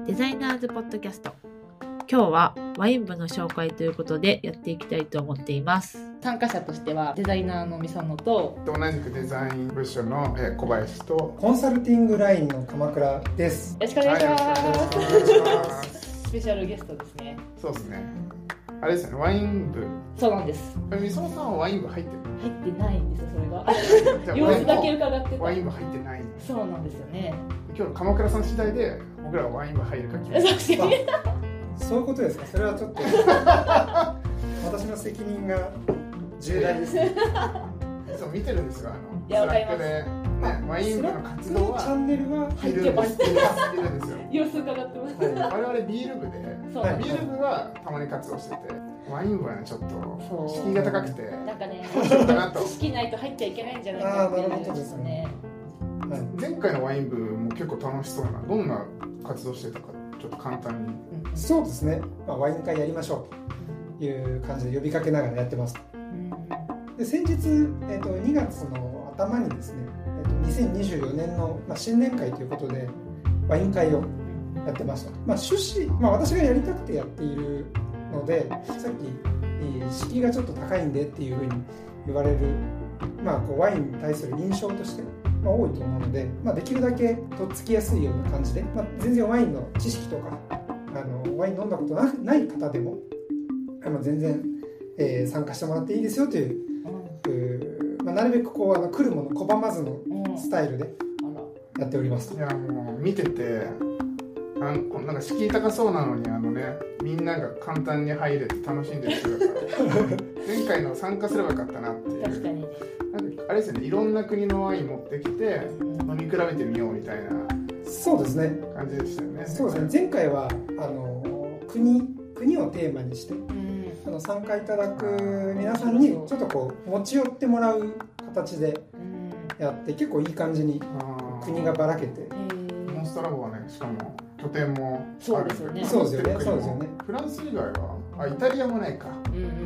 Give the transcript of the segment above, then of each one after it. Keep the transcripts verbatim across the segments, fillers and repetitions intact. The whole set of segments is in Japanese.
デザイナーズポッドキャスト。今日はワイン部の紹介ということでやっていきたいと思っています。 参加者としてはデザイナーのみそのと同じくデザイン部署の小林とコンサルティングラインの鎌倉です。 よろしくお願いします。 はい、よろしくお願いします。 スペシャルゲストですね。 そうですね。あれですよね、ワイン部。 そうなんです。 みそのさんはワイン部入ってる？ 入ってないんですよ、それが。様子だけ伺ってた。 ワイン部入ってない。 そうなんですよね。 今日の鎌倉さん次第で僕らはワイン部入るか決める。 そういうことですか。それはちょっと私の責任が重大ですね。 いつも見てるんですよ、あのいや、わかります。 ね、ワイン部の活動はチャンネルは入ってます。いるんですよ。 様子伺ってます。 我々ビール部で、ビール部はたまに活動してて、ワイン部はねちょっと敷居が高くて、 なんかね、 知識ないと入っちゃいけないんじゃないかっていうのですね。 前回のワイン部も結構楽しそうな、どんな活動してたかちょっと簡単に。 そうですね、まあ、ワイン会やりましょうという感じで呼びかけながらやってます。で先日、えー、とにがつの頭にですね、えー、とにせんにじゅうよねんの、まあ、新年会ということでワイン会をやってました。まあ、趣旨、まあ、私がやりたくてやっているので、さっき、えー、敷居がちょっと高いんでっていうふうに言われる、まあ、こうワインに対する印象として、まあ、多いと思うので、まあ、できるだけとっつきやすいような感じで、まあ、全然ワインの知識とかあのワイン飲んだことない方でもあの全然、えー、参加してもらっていいですよという、うん、まあ、なるべくこうあの来るもの拒まずのスタイルでやっております。 いやもう見ててあのなんか敷居高そうなのにあのね、みんなが簡単に入れて楽しんでる姿が前回の参加すればよかったなっていう。 確かになんかあれですよね、いろんな国のワイン持ってきて飲み比べてみようみたいなそうですね感じでしたよね。 そうですね、前回はあの 国, 国をテーマにして、うん、あの参加いただく皆さんにちょっとこう持ち寄ってもらう形でやって、結構いい感じに国がばらけて、 モンストラボはね、しかも拠点もそうですよね。 そうですよね。そうですよね。 フランス以外はあイタリアもないか、うんうんうん、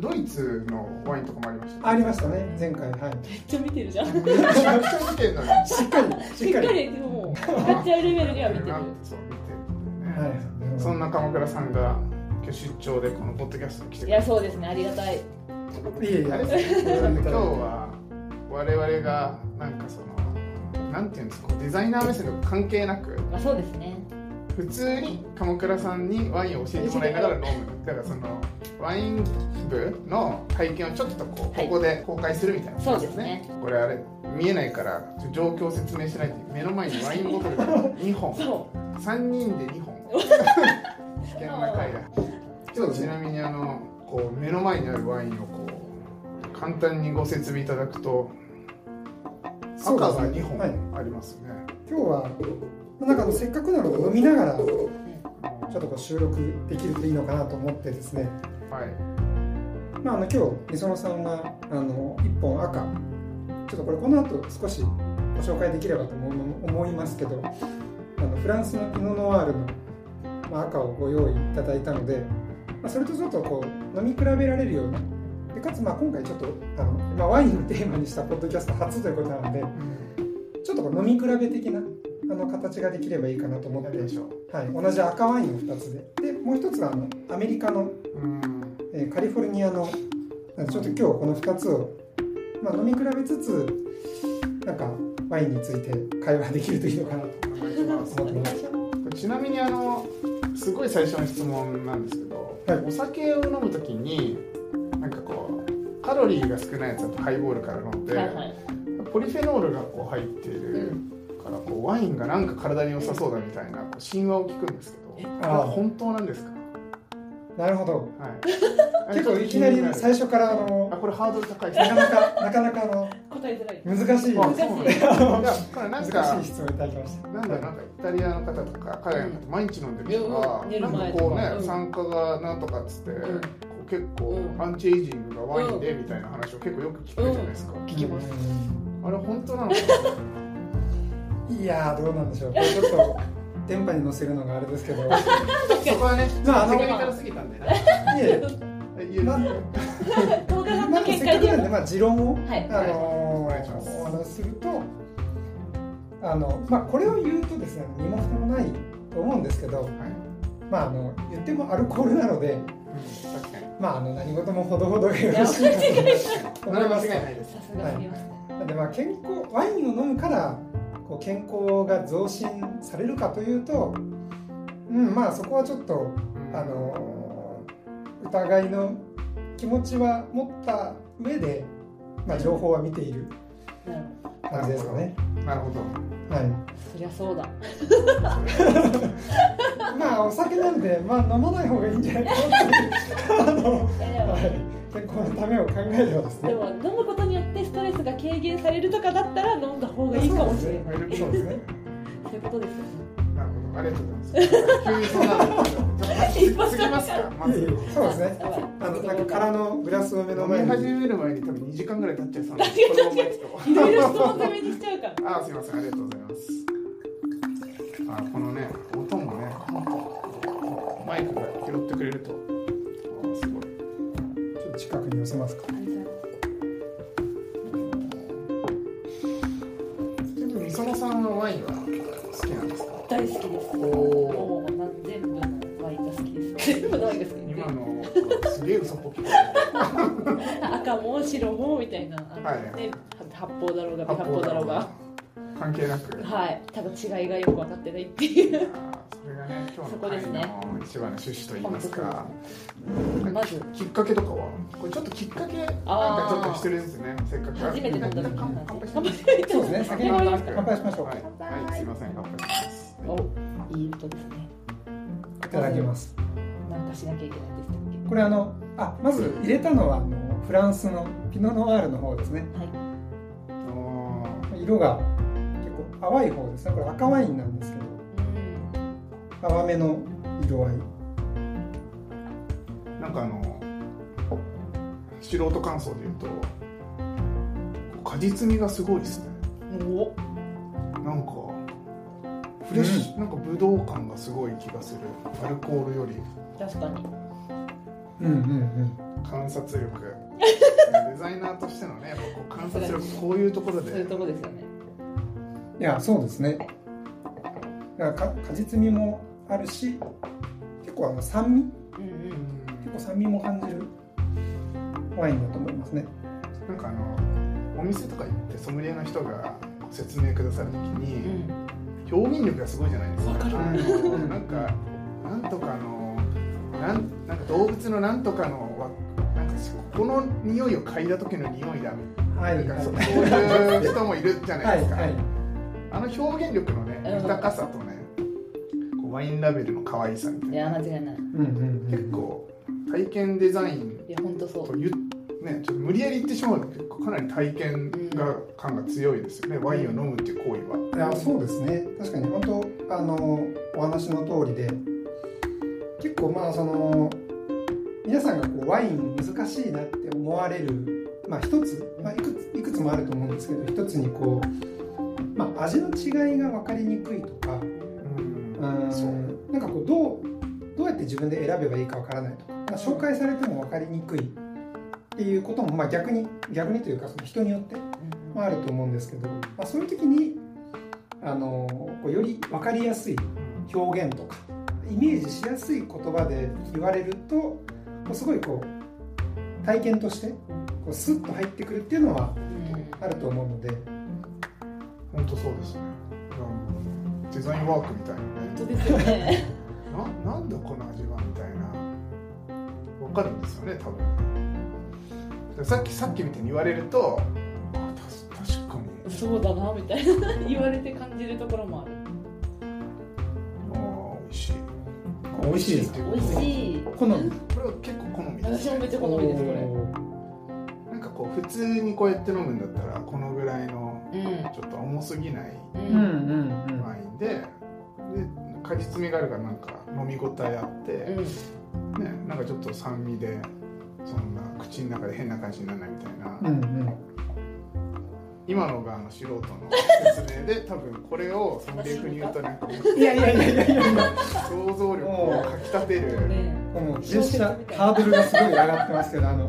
ドイツのワインとかもありました、ね、 ありましたね、前回。はい、 めっちゃ見てるじゃん。 めちゃくちゃ見てるのにしっかりしっかりもう使っちゃうレベルでは見てる。 そう見てる、ね、はい、そんな鎌倉さんが今日出張でこのポッドキャストに来てくれて、 いやそうですね、ありがたい。 いえいえ、 あれですね、今日は我々がなんかそのなんていうんですか、デザイナー目線とか関係なく、 まあ、そうですね、 普通に鎌倉さんにワインを教えてもらいながら飲む。だからそのワイン部の体験をちょっとこう、はい、ここで公開するみたいな、 そうですね。 これあれ見えないから状況を説明しないと、目の前にワインボトルがにほん、そうさんにんでにほん危険な回だ。ちょっとちなみにあのこう目の前にあるワインをこう簡単にご説明いただくと、赤がにほんありますね。 はい、今日はなんかせっかくなので飲みながらちょっとこう収録できるといいのかなと思ってですね。 はい。 まあ、あの今日みそのさんがあのいっぽん赤、ちょっとこれこの後少しご紹介できればと思いますけど、あのフランスのピノノワールの、まあ、赤をご用意いただいたので、まあ、それとちょっとこう飲み比べられるような、でかつまあ今回ちょっとあの、まあ、ワインをテーマにしたポッドキャスト初ということなので、うん、ちょっとこう飲み比べ的なあの形ができればいいかなと思って、はい、同じ赤ワインのふたつで、でもう一つはあのアメリカの、えー、カリフォルニアの、ちょっと今日このふたつを、まあ、飲み比べつつなんかワインについて会話できるといいのかなと思ってます。 ちなみにあのすごい最初の質問なんですけど、はい、お酒を飲むときになんかこうカロリーが少ないやつだとハイボールから飲んで、はいはい、ポリフェノールがこう入っている、うん、からこうワインがなんか体に良さそうだみたいなこう神話を聞くんですけど、あ、本当なんですか？ なるほど、はい、結構いきなり最初からあのあ、これハードル高いですね。 なかなかなかなかあの答えづらい、 難しい難しい難しい質問いただきました。 なんだなんかイタリアの方とか海外の方、毎日飲んでる人がなんかこうね、酸化がなんとかっつって結構アンチエイジングがワインでみたいな話を結構よく聞くじゃないですか。 聞きます。 あれ本当なのかな。 いやーどうなんでしょう。これちょっと電波に乗せるのがあれですけど、そこはね、 まああのテクニカルすぎたんでね。 いえ、まあ、まずせっかくなんでまあ持論を、はい、あのお話しすると、あのまあこれを言うとですね、身も蓋もないと思うんですけど、 はい、 まああの言ってもアルコールなので、 うん、確かにまああの何事もほどほどがよろしいかと思います。 間違いないです。 さすがすぎますね。 なんでまあ健康ワインを飲むからこう健康が増進されるかというと、うん、まあそこはちょっと、うん、あの疑いの気持ちは持った上で、まあ、情報は見ている感じですかね。 なるほど。 はい。 そりゃそうだ。 まあお酒なんで、まあ飲まない方がいいんじゃないかなあの、はい、健康のためを考えればですね。 でも飲むことによってストレスが軽減されるとかだったら飲んだ方がいいかもしれない。 そうですね。そうですね。 そういうことですよね。 なるほど、ありがとうございます。急にそんなの過ぎますか。まずそうですね。あのなんか空のグラスを目の前に飲み始める前に多分にじかんぐらい経っちゃいそうなんで、 このままいくといろいろ質問攻めにしちゃうから。 あ、すみません、ありがとうございます。あ、このね、音もね、マイクが拾ってくれると、あ、すごい。 ちょっと近くに寄せますか。 みそのさんのワインは好きなんですか？ 大好きです。 おもうなん全部のワインが好きです。全部のワインが好きです。 今のすげえ嘘っぽく赤も白もみたいな、 はい、 ね、発泡だろうが微発泡だろうが関係なく、 はい、ただ違いがよく分かってないっていう。 それがね、今日の会の一番の趣旨と言いますか。 まずきっかけとかは、これちょっときっかけなんかちょっと一人ずつね、せっかく初めて飲んだ時に乾杯乾杯そうですね。先に乾杯しましょう。 はい、はい、すいません、乾杯します。 お、いい音ですね。 いただきます。 なんかしなきゃいけないです。 これあのあまず入れたのはあのフランスのピノノワールの方ですね。 はい。 色が結構淡い方ですね。これ赤ワインなんですけど、淡めの色合い。 なんかあの素人感想で言うと果実味がすごいですね。 お、 なんかフレッシュ、うん、なんかブドウ感がすごい気がする。アルコールより。 確かに。 うんうんうん。 観察力。デザイナーとしてのね、やっぱこう観察力、こういうところで。 そういうところですよね。 いや、そうですね。だから果実味もあるし、結構あの酸味、うんうん、結構酸味も感じるワインだと思いますね。 なんかあのお店とか行ってソムリエの人が説明くださるときに、うん、表現力がすごいじゃないですか。 わかる。 なんかなんとかのなんなんか動物のなんとかのなんかこの匂いを嗅いだ時の匂いだみたいな、はい、そういう人もいるじゃないですか。はいはい、あの表現力のね豊かさとね、こうワインラベルの可愛さみたいな。 いや間違いない。 結構体験デザインいや本当そうというね、ちょっと無理やり言ってしまうと結構かなり体験が感が強いですよね、うん、ワインを飲むっていう行為は。 いやそうですね、確かに本当あのお話の通りで、結構まあその皆さんがこうワイン難しいなって思われる、まあ、一つ、まあ、いくついくつもあると思うんですけど、一つにこう、まあ、味の違いが分かりにくいとか、うん、うんそうなんかこうどうどうやって自分で選べばいいか分からないとか、まあ、紹介されても分かりにくいっていうことも、まあ、逆に逆にというかその人によって、まあ、あると思うんですけど、まあ、そういう時にあのこうより分かりやすい表現とかイメージしやすい言葉で言われるとこうすごいこう体験としてこうスッと入ってくるっていうのはあると思うので、 本当そうですね。デザインワークみたいなね。 本当ですよね。 な, なんだこの味はみたいな分かるんですよね多分。さっきさっきみたいに言われると、あた確かにそうだなみたいな言われて感じるところもある。 ああ美味しい。 美味しいです。 美味しい。 好み。 これは結構好みです。 私もめっちゃ好みですこれ。 なんかこう普通にこうやって飲むんだったらこのぐらいのちょっと重すぎないワインで、で果実味があるからなんか飲み応えあって、うん、ねなんかちょっと酸味でそんな口の中で変な感じにならないみたいな。うんうん、今のがあの素人の説明で多分これをソムリエ風に言うとなんかもういやいやいやいやいや想像力をかきたてる。 このジェスチャーハードルがすごい上がってますけど、あの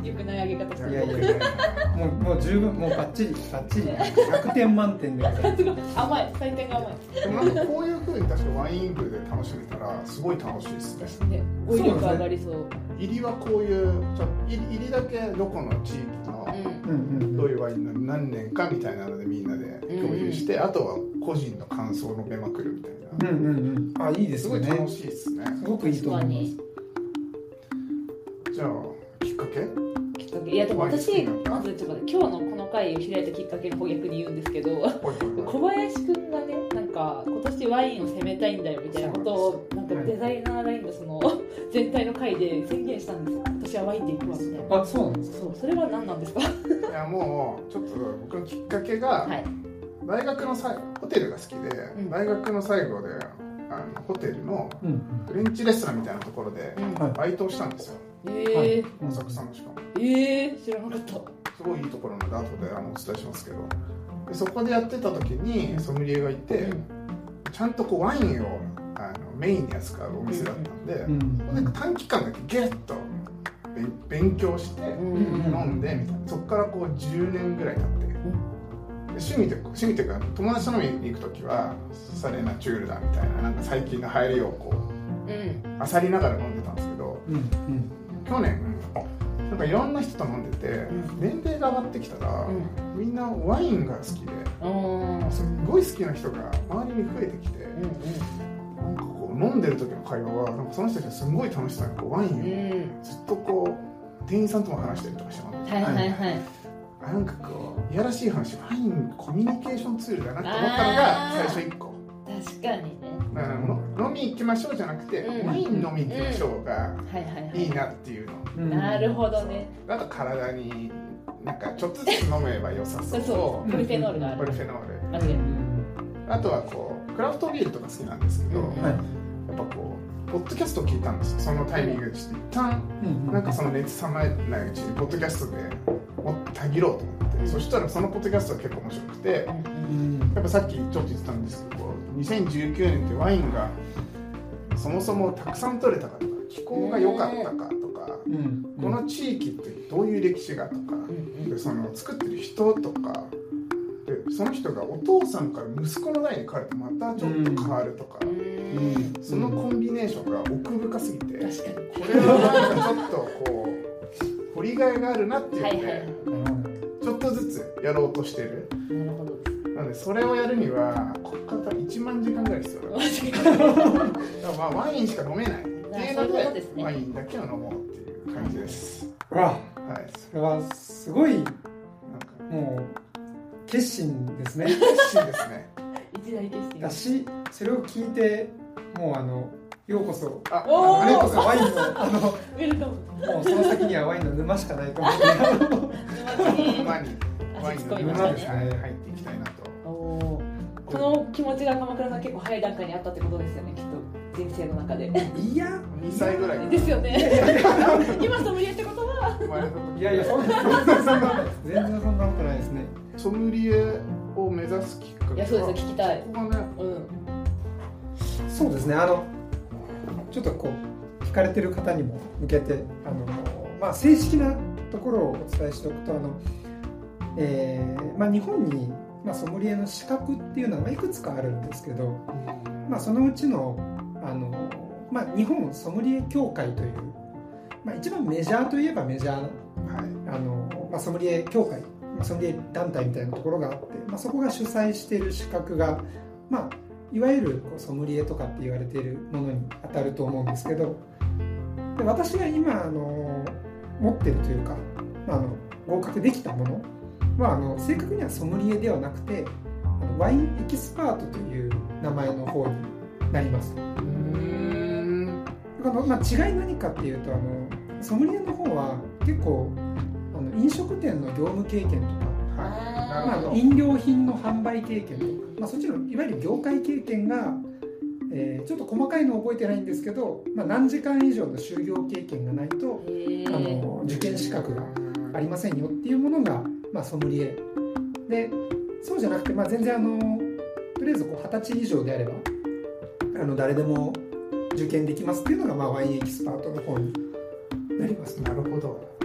よくないあげ方してる。 いやいやいやもうもう十分もうバッチリバッチリひゃくてん満点でございます。 すごい甘い、採点が甘い。 でもなんかこういう風に確かワイン部で楽しめたらすごい楽しいですね。 ね、語彙力上がりそう。 入りはこういうちょ入り入りだけどこの地域のうんうんうんどういうワインの何年かみたいなのでみんなで共有して、あとは個人の感想を述べまくるみたいな。 うんうんうんあいいですすごよね。 い楽しいですね。 すごくいいと思います。 じゃあきっかけ？ きっかけいやでも私まずちょっと今日のこの回を開いたきっかけの方逆に言うんですけど、小林くんがねなんか今年ワインを攻めたいんだよみたいなことをなんかデザイナーラインのその全体の回で宣言したんですよ。私はワインで行くわみたいな。 あそうなんですか。 そうそれは何なんですか？ いやもうちょっと僕のきっかけが、 はい。 大学のさホテルが好きで、 うん大学の最後であのホテルのうんフレンチレストランみたいなところでうんはいバイトをしたんですよ。 えー、 浅草のしかもえー、知らなかった。 すごいいいところなので後であのお伝えしますけど、でそこでやってた時にソムリエがいて、ちゃんとこうワインをあのメインに扱うお店だったんで、 うんそこで短期間だけゲッと勉勉強してうん飲んでみたいな、そこからこうじゅうねんぐらい経って、で趣味で趣味というか友達と飲みに行く時はサレナチュールだみたいななんか最近の流行りをこうんう漁りながら飲んでたんですけど、 うんうん去年なんかいろんな人と飲んでて、 ん年齢が上がってきたら、 うんみんなワインが好きでうんすっごい好きな人が周りに増えてきて、なんかこう飲んでる時の会話はなんかその人たちがすごい楽しそうにこうワイうんうンをんずっとこう店員さんとも話したりとかしてもらって、 はいはいはい。 あなんかこういやらしい話、ワインコミュニケーションツールだなって思ったのが最初いっこ。 確かにね。 だからの飲み行きましょうじゃなくて、 うんワイン飲み行きましょうがはいはいはい。 いいなっていうの、 うんなるほどね。 あと体になんかちょっとずつ飲めば良さそうそうポリフェノールがある。 ポリフェノール、 間違いない。 あとはこうクラフトビールとか好きなんですけど、 うんはいやっぱこうポッドキャストを聞いたんですよ、そのタイミングでして一旦うんなんかその熱冷めないうちにポッドキャストでもっとたぎろうと思って、 うんそしたらそのポッドキャストが結構面白くて、 うんやっぱさっきちょっと言ってたんですけど、にせんじゅうきゅうねんってワインがそもそもたくさん取れたかとか気候が良かったかとか、 うんこの地域ってどういう歴史がとか、でその作ってる人とかでその人がお父さんから息子の代に変わるとまたちょっと変わるとか、 うんそのコンビネーションが奥深すぎて、こ確かに。 れはなんかちょっとこう掘りがいがあるなっていうので、 はいはいちょっとずつやろうとしてる。 なるほどです。 なのでそれをやるにはここからいちまんじかんぐらい必要だマジか。 だからまあワインしか飲めないっていうのそういうことでですねワインだけを飲もうっていう感じです。 わはい。 それはすごいなんかもう決心ですね決心ですね。 一大決心。 だしそれを聞いてもうあのようこそあ、 おーありがとうございワインのあのウェルカム。 もうその先にはワインの沼しかないと思うんでます。沼にワインの味沼に突っ込みました入ねっていきたいなと。 おーこの気持ちが鎌倉さん結構早い段階にあったってことですよね、きっと人生の中で。 いやにさいぐらいですよね。今ソムリエってことは。 生まれた時いやいやそんな全然そんな全然そんなことないですね。 ソムリエを目指すきっかけは。 いやそうですよ、聞きたい。 ここがね、 うん。 そうですねあのちょっとこう聞かれてる方にも向けてあの、まあ、正式なところをお伝えしておくとあの、えーまあ、日本に、まあ、ソムリエの資格っていうのはまあいくつかあるんですけど、まあ、そのうちのあの、まあ、日本ソムリエ協会という、まあ、一番メジャーといえばメジャーはい。 あの、まあ、ソムリエ協会、まあ、ソムリエ団体みたいなところがあって、まあ、そこが主催している資格が、まあ、いわゆるこうソムリエとかって言われているものに当たると思うんですけど、で私が今あの持っているというか、まあ、あの合格できたものはあの正確にはソムリエではなくてあのワインエキスパートという名前の方になります。 うーん。 この、まあ、違い何かっていうとあのソムリエの方は結構あの飲食店の業務経験とか、 はい。なまあ、 るほど。 飲料品の販売経験とか、まあ、そっちのいわゆる業界経験が、えーちょっと細かいのを覚えてないんですけど、まあ、何時間以上の就業経験がないとへあーの受験資格がありませんよっていうものが、まあ、ソムリエで、そうじゃなくて、まあ、全然あのとりあえずこうはたち以上であればあの誰でも受験できますっていうのが、まあ、ワインエキスパートの方になります。 なるほど。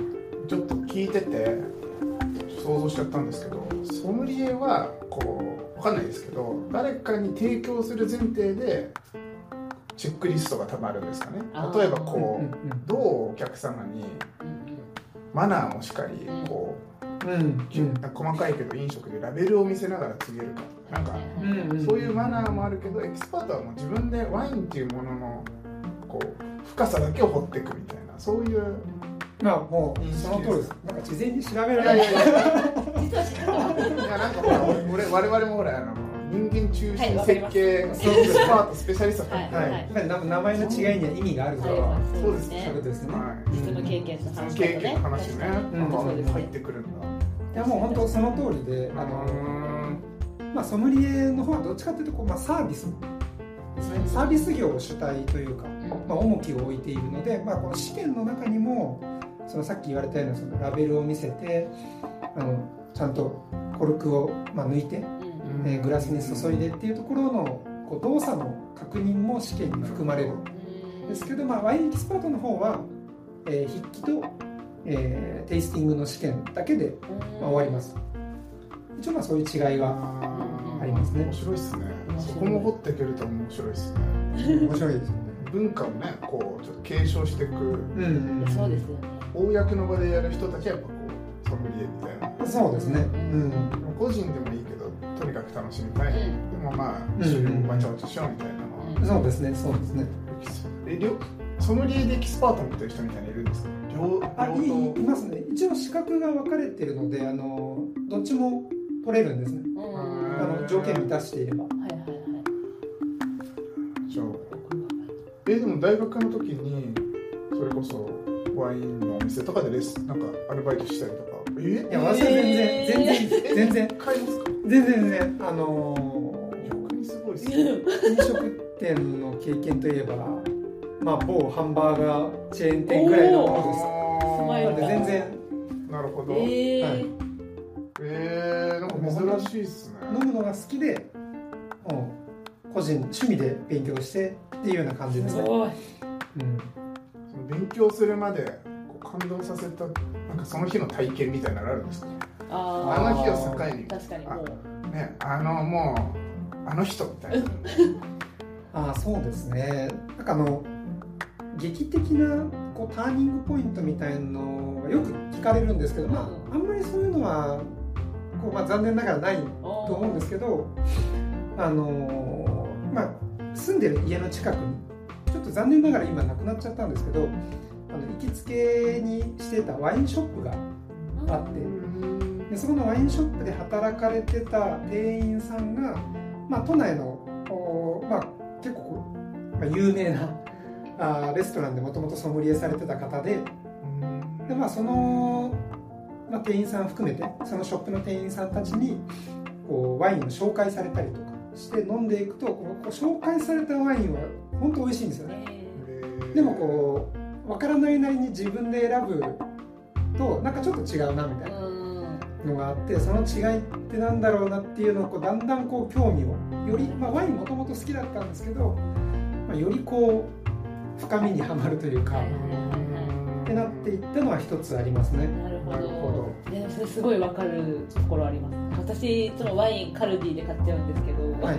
ちょっと聞いてて想像しちゃったんですけど、ソムリエはこう分かんないですけど、誰かに提供する前提でチェックリストが多分あるんですかね。例えばこう、どうお客様にマナーもしかりこう、うん、細かいけど飲食でラベルを見せながら告げるかとか、なんかそういうマナーもあるけど、エキスパートはもう自分でワインっていうもののこう深さだけを掘っていくみたいな、そういう。 まあもうその通りです。なんか事前に調べられない。 実は知ってたわ。 いやなんかほら俺我々もほらあの人間中心設計エキスパートスペシャリストはいはい。やっぱり名前の違いには意味があるから。 そうですね。 そういうことですね。 実の経験の話ね。経験の話ね。入ってくるんだ。 いやもう本当その通りで、あのまあソムリエの方はどっちかというとこうまあサービスですね。サービス業を主体というか、まあ重きを置いているので、まあこの試験の中にも。そのさっき言われたようなそのラベルを見せて、あのちゃんとコルクを、まあ、抜いて、うんえー、グラスに注いでっていうところのこう動作の確認も試験に含まれるんですけど、まあ、ワインエキスパートの方は、えー、筆記と、えー、テイスティングの試験だけで、まあ、終わります。一応まあそういう違いがありますね。 面白いですね。そこも掘っていけると面白いですね。 面白いですよね。 文化をねこうちょっと継承していく、 うんうん、そうですよね。 公の場でやる人たちはやっぱこうソムリエみたいな。 そうですね、うん、 個人でもいいけどとにかく楽しみたい、うん、でもまあ一緒にわちゃわちゃしようみたいなのは、 うん、そうですねそうですね。 えソムリエでエキスパート持ってる人みたいにいるんですか？両あ い, いますね。一応資格が分かれてるので、あのどっちも取れるんですね。あの条件満たしていれば。はいはいはい。 じゃあえでも大学の時にそれこそワインのお店とかでレスなんかアルバイトしたりとか。えいや私は全然全然全然買いますか？ 全然全然あのー、逆にすごいですね。 飲食店の経験といえば、まあ某ハンバーガーチェーン店ぐらいのものです。なので全然。 なるほど。 えー、はい。 えー、なんか珍しいですね。 飲むのが好きで、もう個人趣味で勉強してっていうような感じですね。すごい。うん。 その勉強するまでこう感動させたなんかその日の体験みたいなのあるんですか？あ, あの日を境に。 確かにもうねあのもうあの人みたいな。 ああそうですね。なんかあの劇的なこうターニングポイントみたいなのがよく聞かれるんですけど、まああんまりそういうのはこう、まあ、残念ながらないと思うんですけど、あのまあ住んでる家の近くにちょっと残念ながら今なくなっちゃったんですけど、あの行きつけにしてたワインショップがあって、でそこのワインショップで働かれてた店員さんが、まあ、都内のまあ、結構、まあ、有名なあレストランでもともとソムリエされてた方で、で、まあ、その、まあ、店員さん含めてそのショップの店員さんたちにこうワインを紹介されたりとかして飲んでいくと、こう紹介されたワインは本当美味しいんですよね。でもこう分からないなりに自分で選ぶとなんかちょっと違うなみたいなのがあって、その違いってなんだろうなっていうのをこうだんだんこう興味をより、まあ、ワインもともと好きだったんですけど、まあ、よりこう深みにはまるというかってなっていったのは一つありますね。 なるほど。でもそれすごい分かるところあります。私いつもワインカルディで買っちゃうんですけど、はいはい、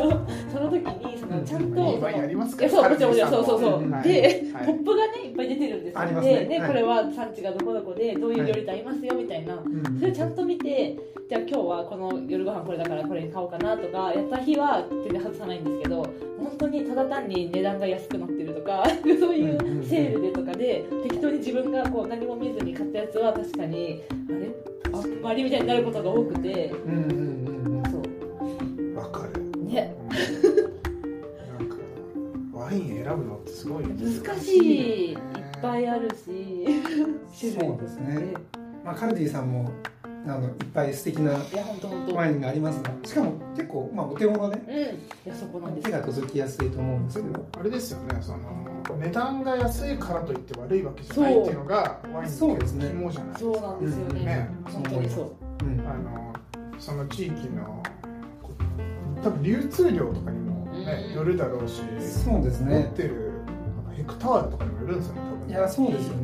なんかその時にそのちゃんと、 うん、いいワインありますか？ そうもちろんそうそうそう、はい、で、はい、ポップがねいっぱい出てるんですよ。 ありますね。 で、 はい、 これは産地がどこどこでどういう料理と合いますよみたいな、はい、それちゃんと見て、じゃあ今日はこの夜ご飯これだからこれに買おうかなとかやった日は全然外さないんですけど、本当にただ単に値段が安くなってるとかそういうセールでとかで適当に自分がこう何も見ずに買ったやつは確かにあれあっぱりみたいになることが多くて、うんうんうん、そうわかるね。 なんかワイン選ぶのってすごい難しい、いっぱいあるしそうですね。まあ、カルディさんもあのいっぱい素敵なワインがありますが、しかも結構、まあ、お手頃で、うん、いやそこなんです手が届きやすいと思うんですけど、 あれですよね、その値段が安いからといって悪いわけじゃないっていうのがワインの肝じゃないですか。 そうなんですよね、ね、本当にそう、 うん、あのその地域の多分流通量とかにも、ね、うん、よるだろうし、 そうですね、 持ってるヘクタールとかにもよるんですよね、多分。 いやそうですよね。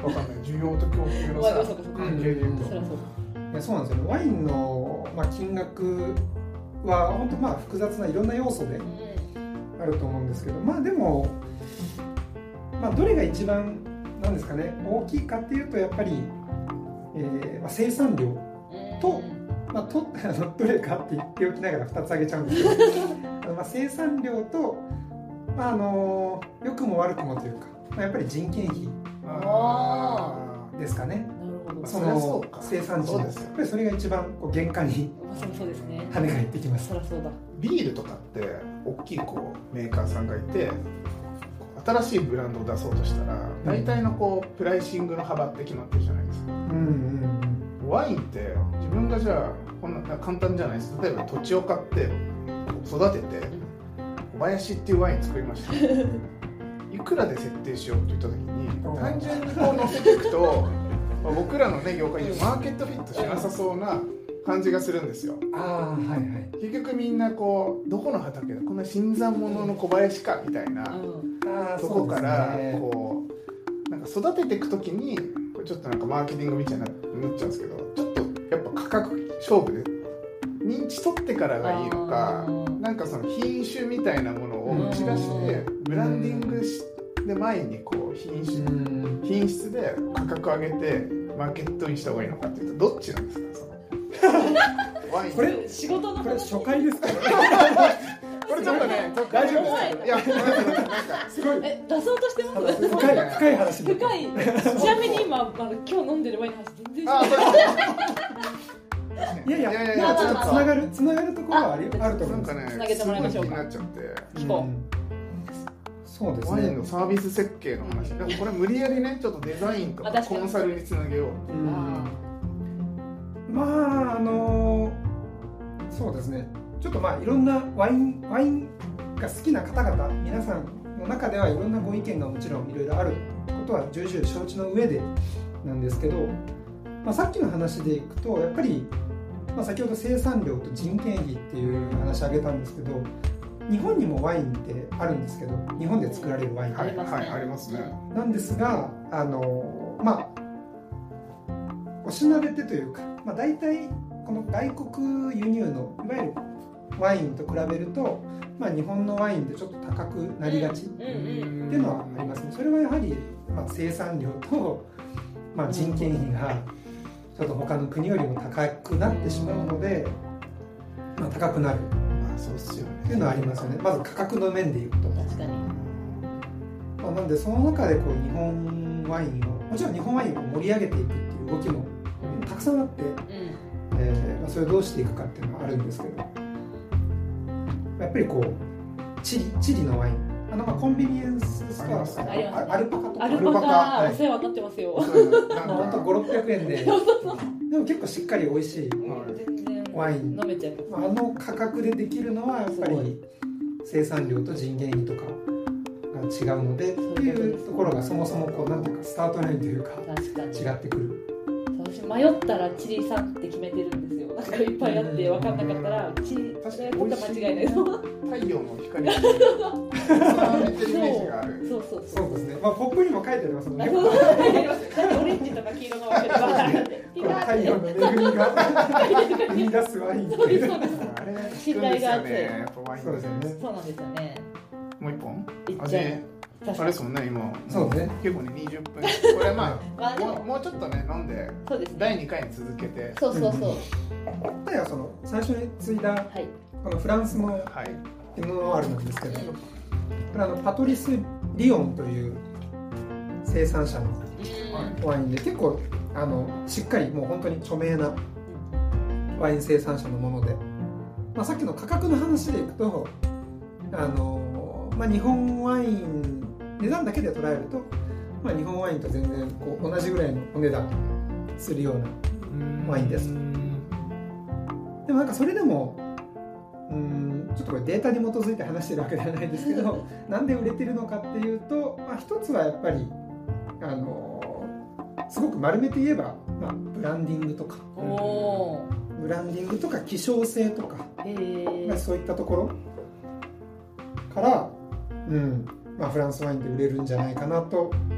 わかんない需要と供給のさ関係でいうと、 そりゃそういやそうなんですよね。ワインの、まあ、金額は本当まあ複雑ないろんな要素であると思うんですけど、まあでも、まあ、どれが一番なんですかね大きいかっていうとやっぱり、えーまあ、生産量と、まあ、とあのどれかって言っておきながらふたつ挙げちゃうんですけどあの、まあ、生産量と、まあ、あの良くも悪くもというか、まあ、やっぱり人件費あですかね。 なるほど。 その生産地でやっぱりそれが一番こう原価にそうですね。 跳ね返ってきます。 そりゃそうだ。 ビールとかって大きいこうメーカーさんがいて新しいブランドを出そうとしたら大体のこうプライシングの幅って決まってるじゃないですか。 うんうんワインって自分がじゃあこんな簡単じゃないです。例えば土地を買って育てて小林っていうワイン作りましたいくらで設定しようといった時に単純にこう乗せていくとまあ僕らのね業界にマーケットフィットしなさそうな感じがするんですよ。 ああはいはい。 結局みんなこうどこの畑だこんな新参者の小林かみたいな、 うん、 そこからこうなんか育てていくときにこれちょっとなんかマーケティングみたいな思っちゃうんですけどちょっとやっぱ価格勝負で認知取ってからがいいのかなんかその品種みたいなものを打ち出してブランディングして前にこう品種品質で価格上げてマーケットにした方がいいのかっていうとどっちなんですかそのワインこれ仕事のこれ話初回ですかこれちょっとね大丈夫ですか。 いやごめんなさいなんかすごいえ出そうとしてます深い深い話で。 深いちなみに今あの今日飲んでるワインの話全然あしないいやいやいやいやいいややちょっとつながるつながるところはありあると思うんですよ。 なんかねつなげてもらいましょうかすごい気になっちゃって聞こうんそうですワインね。 のサービス設計の話でもこれ無理やりねちょっとデザインとかあ確かにコンサルにつなげよううんあまああのそうですね。ちょっとまあいろんなワインワインが好きな方々皆さんの中ではいろんなご意見がもちろんいろいろあることは重々承知の上でなんですけど、まあ、さっきの話でいくとやっぱり、まあ、先ほど生産量と人件費っていう話を挙げたんですけど日本にもワインってあるんですけど日本で作られるワイン、 ありますねはいありますねなんですがあのまあおしなべてというか、まあ、大体この外国輸入のいわゆるワインと比べると、まあ、日本のワインってちょっと高くなりがちってうんうんいうのはありますね。それはやはり、まあ、生産量と、まあ、人件費がちょっと他の国よりも高くなってしまうので、まあ、高くなるまあそうっすよねっていうのはありますよね。まず価格の面でいうと、 確かにまあ、なのでその中でこう日本ワインをもちろん日本ワインを盛り上げていくっていう動きもたくさんあって、 うんえーまあ、それをどうしていくかっていうのはあるんですけどやっぱりこうチリチリのワインあのまあコンビニエンスストアとかありますアルパカとかアルパカはいお世話になってますよそういうのなんまあ、ほんとかごろっぴゃくえんででも結構しっかり美味しい、 全然ワイン飲めちゃいますまあ、あの価格でできるのはやっぱり生産量と人件費とかが違うのでっていうところがそもそもこうなんていうかスタートラインというか確かに違ってくる。 私迷ったらチリ産って決めてるんですよなんかいっぱいあって分かんなかったらチリ確かにそれとか間違いないそう太陽の光に触れてるイメージがあるそうそうそうですね、まあ、ポップにも書いてありますもんね。 あそうそう書いてありますなんかオレンジとか黄色の枠でバーってピこのカー太陽の恵みが生み出すワインってそういうですそうですあれが効くんです信頼がよ厚いねやっぱワインそうですよね。 そうなんですよねもう一本いっちゃう味あれですもんね今そうね結構ねにじゅっぷんこれまあまあでももうもうちょっとね飲んでそうですねだいにかいに続けてそうそうそう今回はその最初に継いだはいこのフランスのはいエムノワールなんですけど、これあのパトリス・リオンという生産者のワインで結構あのしっかりもう本当に著名なワイン生産者のもので、まあ、さっきの価格の話でいくとあの、まあ、日本ワイン値段だけで捉えると、まあ、日本ワインと全然こう同じぐらいのお値段するようなワインです。でもなんかそれでもうーんちょっとこれデータに基づいて話してるわけではないですけどなんで売れてるのかっていうと、まあ、一つはやっぱりあのすごく丸めて言えば、まあ、ブランディングとかおおブランディングとか希少性とか、 へえまあ、そういったところから、うんまあ、フランスワインで売れるんじゃないかなと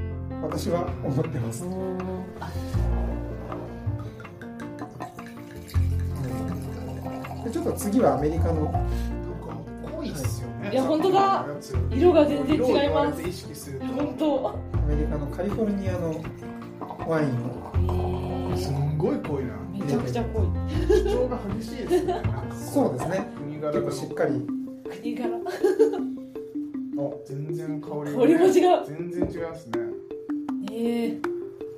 私は思ってます。 あでちょっと次はアメリカのなんか濃いっすよね。 いや本当だ。色が全然違います。 意識すると本当。 アメリカのカリフォルニアのワインをすんごい濃いな。 めちゃくちゃ濃い。 主張が激しいですね。 そうですね。 国柄が結構しっかり。 国柄。 お、全然香りが、ね、 香りも違う。 全然違いますね。 ええ。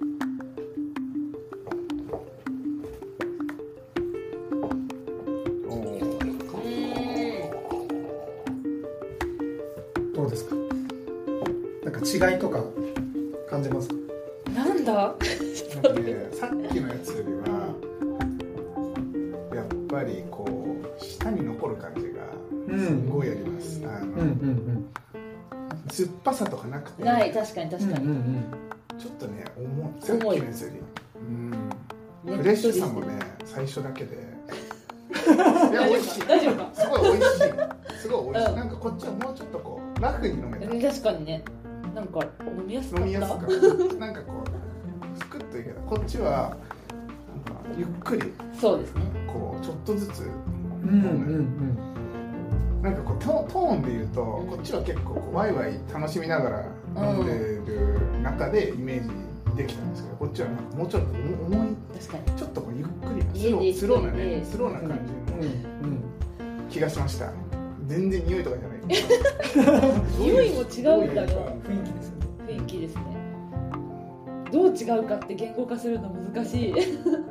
どうですか。なんか違いとか感じますか。 なんだ。 なんかね、さっきのやつよりはやっぱりこう舌に残る感じがすごいあります。あの、うんうんうん、酸っぱさとかなくて。 ない、確かに確かに。うんうんうん、 ちょっとね、重い。さっきのやつより。うん。フレッシュさもね、最初だけで。いや、美味しい。 大丈夫か。 すごい美味しい。すごい美味しい。なんかこっちはもうちょっとこうラフに飲めた。 確かにね。なんか飲みやすかった。 飲みやすかった。なんかこうすくっといけた。こっちはなんかゆっくり。 そうですね。 こうちょっとずつ飲む。うんうんうん。 なんかこうトーンで言うと、こっちは結構こうワイワイ楽しみながら飲んでる中でイメージできたんですけど、こっちはなんかもうちょっと重い、確かにちょっとこうゆっくりなスロースローなね、スローな感じの気がしました。全然匂いとかじゃない。 匂いも違うんだよ。 雰囲気ですよね。 雰囲気ですね。どう違うかって言語化するの難しい。 難しい。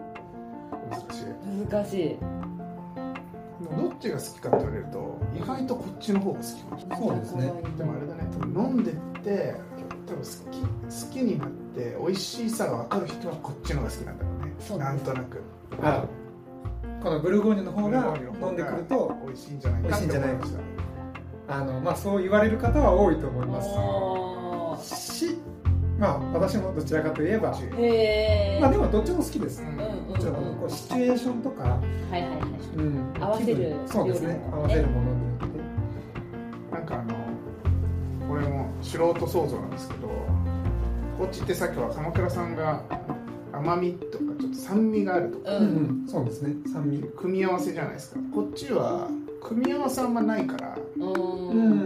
難しい。 どっちが好きかって言われると意外とこっちの方が好きかもしれない。 そうですね。 でもあれだね、多分飲んでって多分好き好きになって美味しさが分かる人はこっちの方が好きなんだろうね。そうなんとなく。 あ、このブルゴーニュの方が飲んでくると美味しいんじゃないかなって思いました。 あのまあそう言われる方は多いと思いますし、まあ私もどちらかといえば、へまあでもどっちも好きです。もちろんこうシチュエーションとか、はいはいはい、うん、 合わせる、 そうですね、合わせるものによって、 なんかあのこれも素人想像なんですけど、こっちってさっきは鎌倉さんが甘みとかちょっと酸味があるとか、 うんうん、そうですね、酸味組み合わせじゃないですか。こっちは組み合わせあんまないから、うん、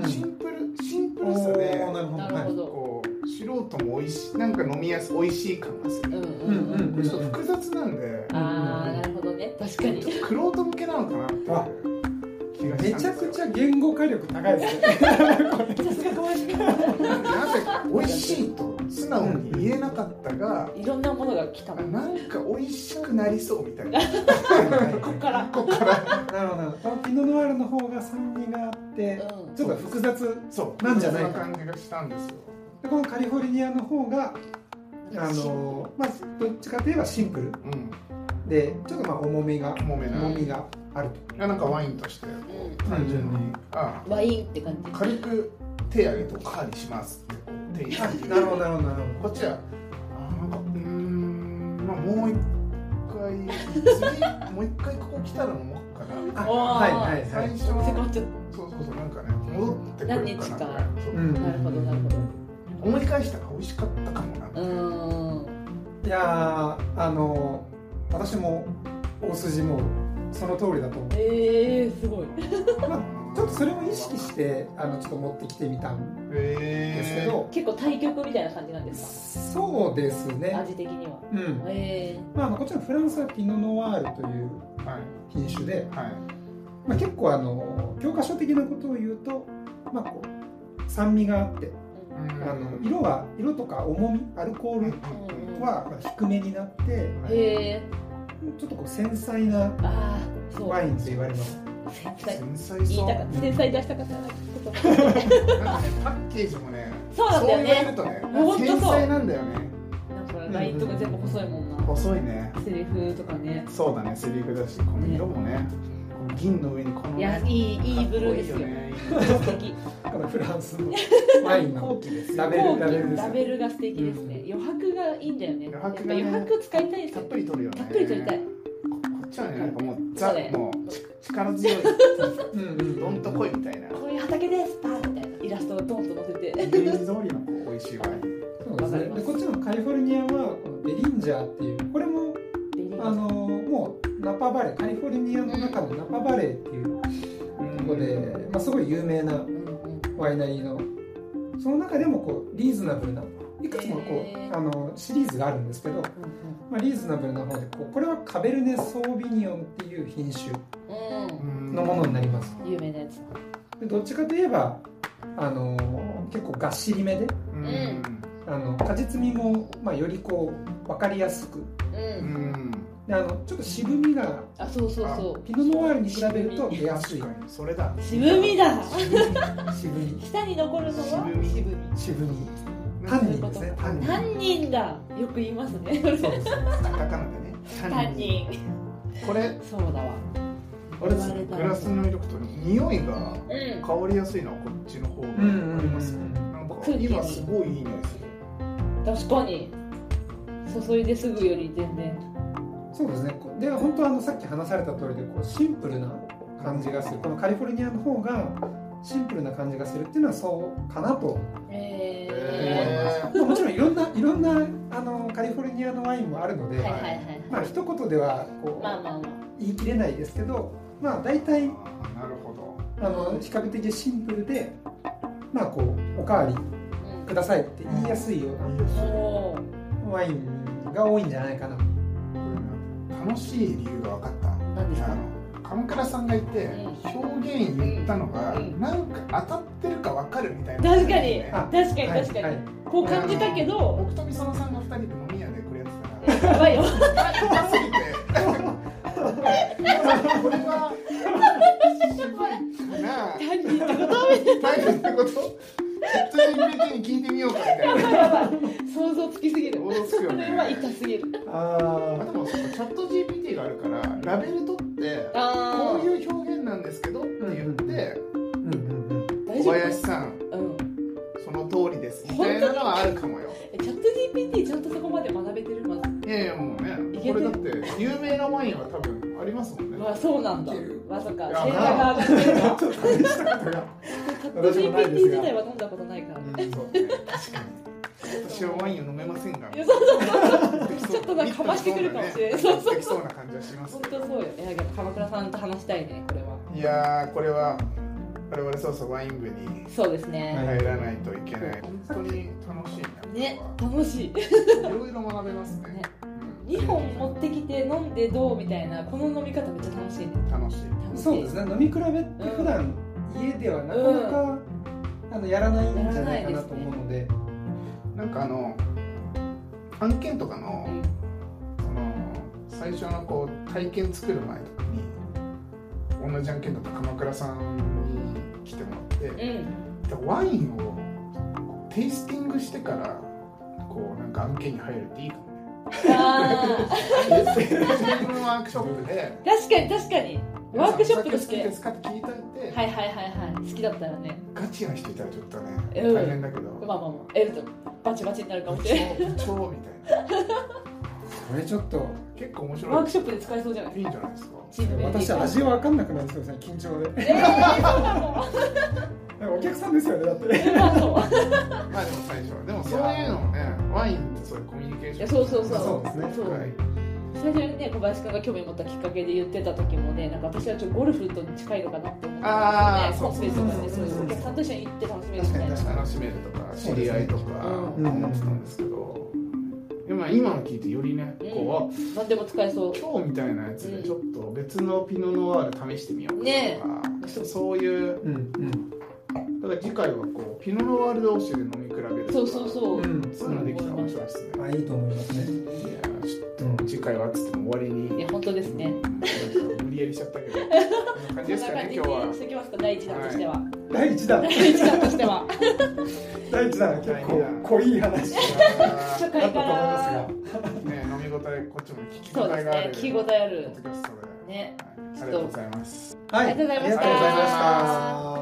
シンプルシンプルさで、 なるほど、 こう素人も美味しい、なんか飲みやすい美味しい感がする。うんうんうん、ちょっと複雑なんで、 ああなるほどね、確かに。 ちょっと玄人向けなのかなって気がしたんですよ。 めちゃくちゃ言語化力高いですね。 さすが小林君。 なぜか美味しいと素直に言えなかったが、 いろんなものが来たもん。 なんか美味しくなりそうみたいな。 こっからこっから。 なるほど。このピノノワールの方が酸味があって、うん、ちょっと複雑なんじゃないか。 そんな感じがしたんですよ。 でこのカリフォルニアの方があのまあどっちかといえばシンプル、うん、でちょっとまあ重みが重みがあると。 いやなんかワインとして単純に、うん、あワインって感じ。軽く手挙げておかわりしますって手挙げて。 なるほどなるほどなるほど。 こっちはあなんかうーんまあもう一回次もう一回ここ来たら飲もうかな。 あはいはいはい。 最初のそうそうそうなんかね戻ってくるかな。 何日か。 うん、 なるほどなるほど。 思い返したら美味しかったかもな。 うん。 いやあの私も大筋もその通りだと思う。 えー、すごい。 まあちょっとそれも意識してあのちょっと持ってきてみたんですけど、 結構対極みたいな感じなんですか。そうですね。 味的には。 うん。えー、まああのこちらフランスはピノノワールという品種で、はいはい、まあ結構あの教科書的なことを言うと、まあこう酸味があって。あの色は色とか重みアルコールは低めになって、へちょっとこう繊細なワインと言われます。 繊細そう。 繊細出したかったな。 なんかねパッケージもね、 そうなんだよね。 そう言われるとね、繊細なんだよね。 なんかラインとか全部細いもんな。 細いね。 セリフとかね。 そうだね、セリフだし、この色もね。銀の上にこの、 いやいいいいブルーですよ。素敵。 このフランスのワインのラベルラベルラベルが素敵ですね。余白がいいんだよね。余白余白使いたいですよ。 たっぷり取るよね。 たっぷり取りたい。こっちはねなんかもうザもう力強い。どんとこいみたいな。 こういう畑です。パーみたいなイラストをドンと載せて。 イメージ通りのこう美味しいワイン。 そうですね。でこっちのンジャーっていう、これもあのもうナパバレー、カリフォルニアの中のナパバレーっていうところで、まあ、すごい有名なワイナリーの、その中でもこうリーズナブルないくつもこうあのシリーズがあるんですけど、まあ、リーズナブルな方でこうこれはカベルネ・ソービニオンっていう品種のものになります。 有名なやつ。 でどっちかといえばあの結構がっしりめで、 うんあの果実味も、まあ、よりこう分かりやすく、 うんであのちょっと渋みがあそうそうそうピノノワールに比べると出やすい。 それだ。 渋みだ。 渋み舌に残るのは渋み。 渋みタンニンですね。タンニン。 タンニンだ。よく言いますね。 そうです。 カタカナでね。 タンニン。 これそうだわ。 あれですね。グラスに置いとくと匂いが変わりやすいのはこっちの方がありますね。なんか今すごいいい匂いする。 確かに。注いですぐより全然。 そうですね。で本当あのさっき話された通りでこうシンプルな感じがする。このカリフォルニアの方がシンプルな感じがするっていうのはそうかなと。 ええー、もちろんいろんないろんなあのカリフォルニアのワインもあるので、 はいはいはい、 まあ一言ではこう、 まあまあまあ、 言い切れないですけど、まあ大体なるほど。 あの比較的シンプルで、まあこうおかわりくださいって言いやすいようなワインが多いんじゃないかな。 楽しい理由が分かった。 何ですか？ 鎌倉さんがいて、うん、表現言ったのが、うん、なんか当たってるか分かるみたいな、 ね、確かに確かに確かに、はいはい、こう感じたけど僕とみそのさんがふたりで飲み屋でこれやってたらやばいよ痛すぎてこれは失敗かな単にってこと単にってことチャット ジーピーティー に聞いてみようかみたいな。 やばいやばい想像つきすぎる。 想像つくよね。 これは痛すぎる。 ああでもチャット ジーピーティー があるからラベル取ってこういう表現なんですけどって言って、小林さん、うん、その通りですみたいなのはあるかもよ。 チャット ジーピーティー ちゃんとそこまで学べてるまず。 いやいやもうね、これだって有名なワインは多分ありますもんね。 まあそうなんだ。まさか正解が上がってるか。チャット ジーピーティー 自体は飲んだことないからね。 うん、そうね確かに。私はワインを飲めませんが。 そうそうそうちょっとなんかかましてくるかもしれない。 そうそうできそうな感じはします。 本当そうよ。いやでも鎌倉さんと話したいねこれは。 いやーこれは我々そうそうワイン部にそうですね。 入らないといけない。本当に楽しいね。 ね楽しい。いろいろ学べますね。 にほん持ってきて飲んでどうみたいなこの飲み方めっちゃ楽しいね。 楽しい。 そうですね。飲み比べって普段家ではなかなか、うん、あのやらないんじゃないかなと思うので。 なんかあの案件とかの、うん、その最初のこう体験作る前とかに同じ案件だと鎌倉さんに来てもらって、うん、ワインをテイスティングしてからこうなんか案件に入るっていいかもね。あテイスティングのワークショップで確かに確かにワークショップとして好きですかって聞いといて、 はいはいはいはい好きだったらねガチな人いたらちょっとね、 うん、 大変だけどまあまあまあえるとバチバチになるかもしれない部長みたいなこれちょっと結構面白いワークショップで使えそうじゃないいいんじゃないですか。 私味わかんなくなるんですよ緊張で、 えー、そうなのお客さんですよねだってまあでも最初はでもそういうのもねワインってそういうコミュニケーションそうそうそうそうですねそう最初にね小林君が興味持ったきっかけで言ってた時もねなんか私はちょっとゴルフと近いのかなって思ってたんですよねコンスペースとかねそういうお客さんと一緒に行って楽しめるみたいな楽しめるとか知り合いとか思ってたんですけど、でも今の聞いてよりねこう、 うん、何でも使えそう今日みたいなやつでちょっと別のピノノワール試してみようとか、ね、そういう、うんうんだから次回はこうピノノワール同士で飲み比べるとかそうそうそう、うん、 そういうのできたら面白いですね。 あいいと思いますね。 いやちょっと次回はっつっても終わりにいや本当ですね無理やりしちゃったけどこんな感じですかね今日は。 してきますか第一弾としては、はい、 第一弾第一弾としては第一弾結構濃い話初回からね飲み応えこっちも聞き応えがある聞き応えあるポッドキャストでねありがとうございます。 はいありがとうございました。 ありがとうございました。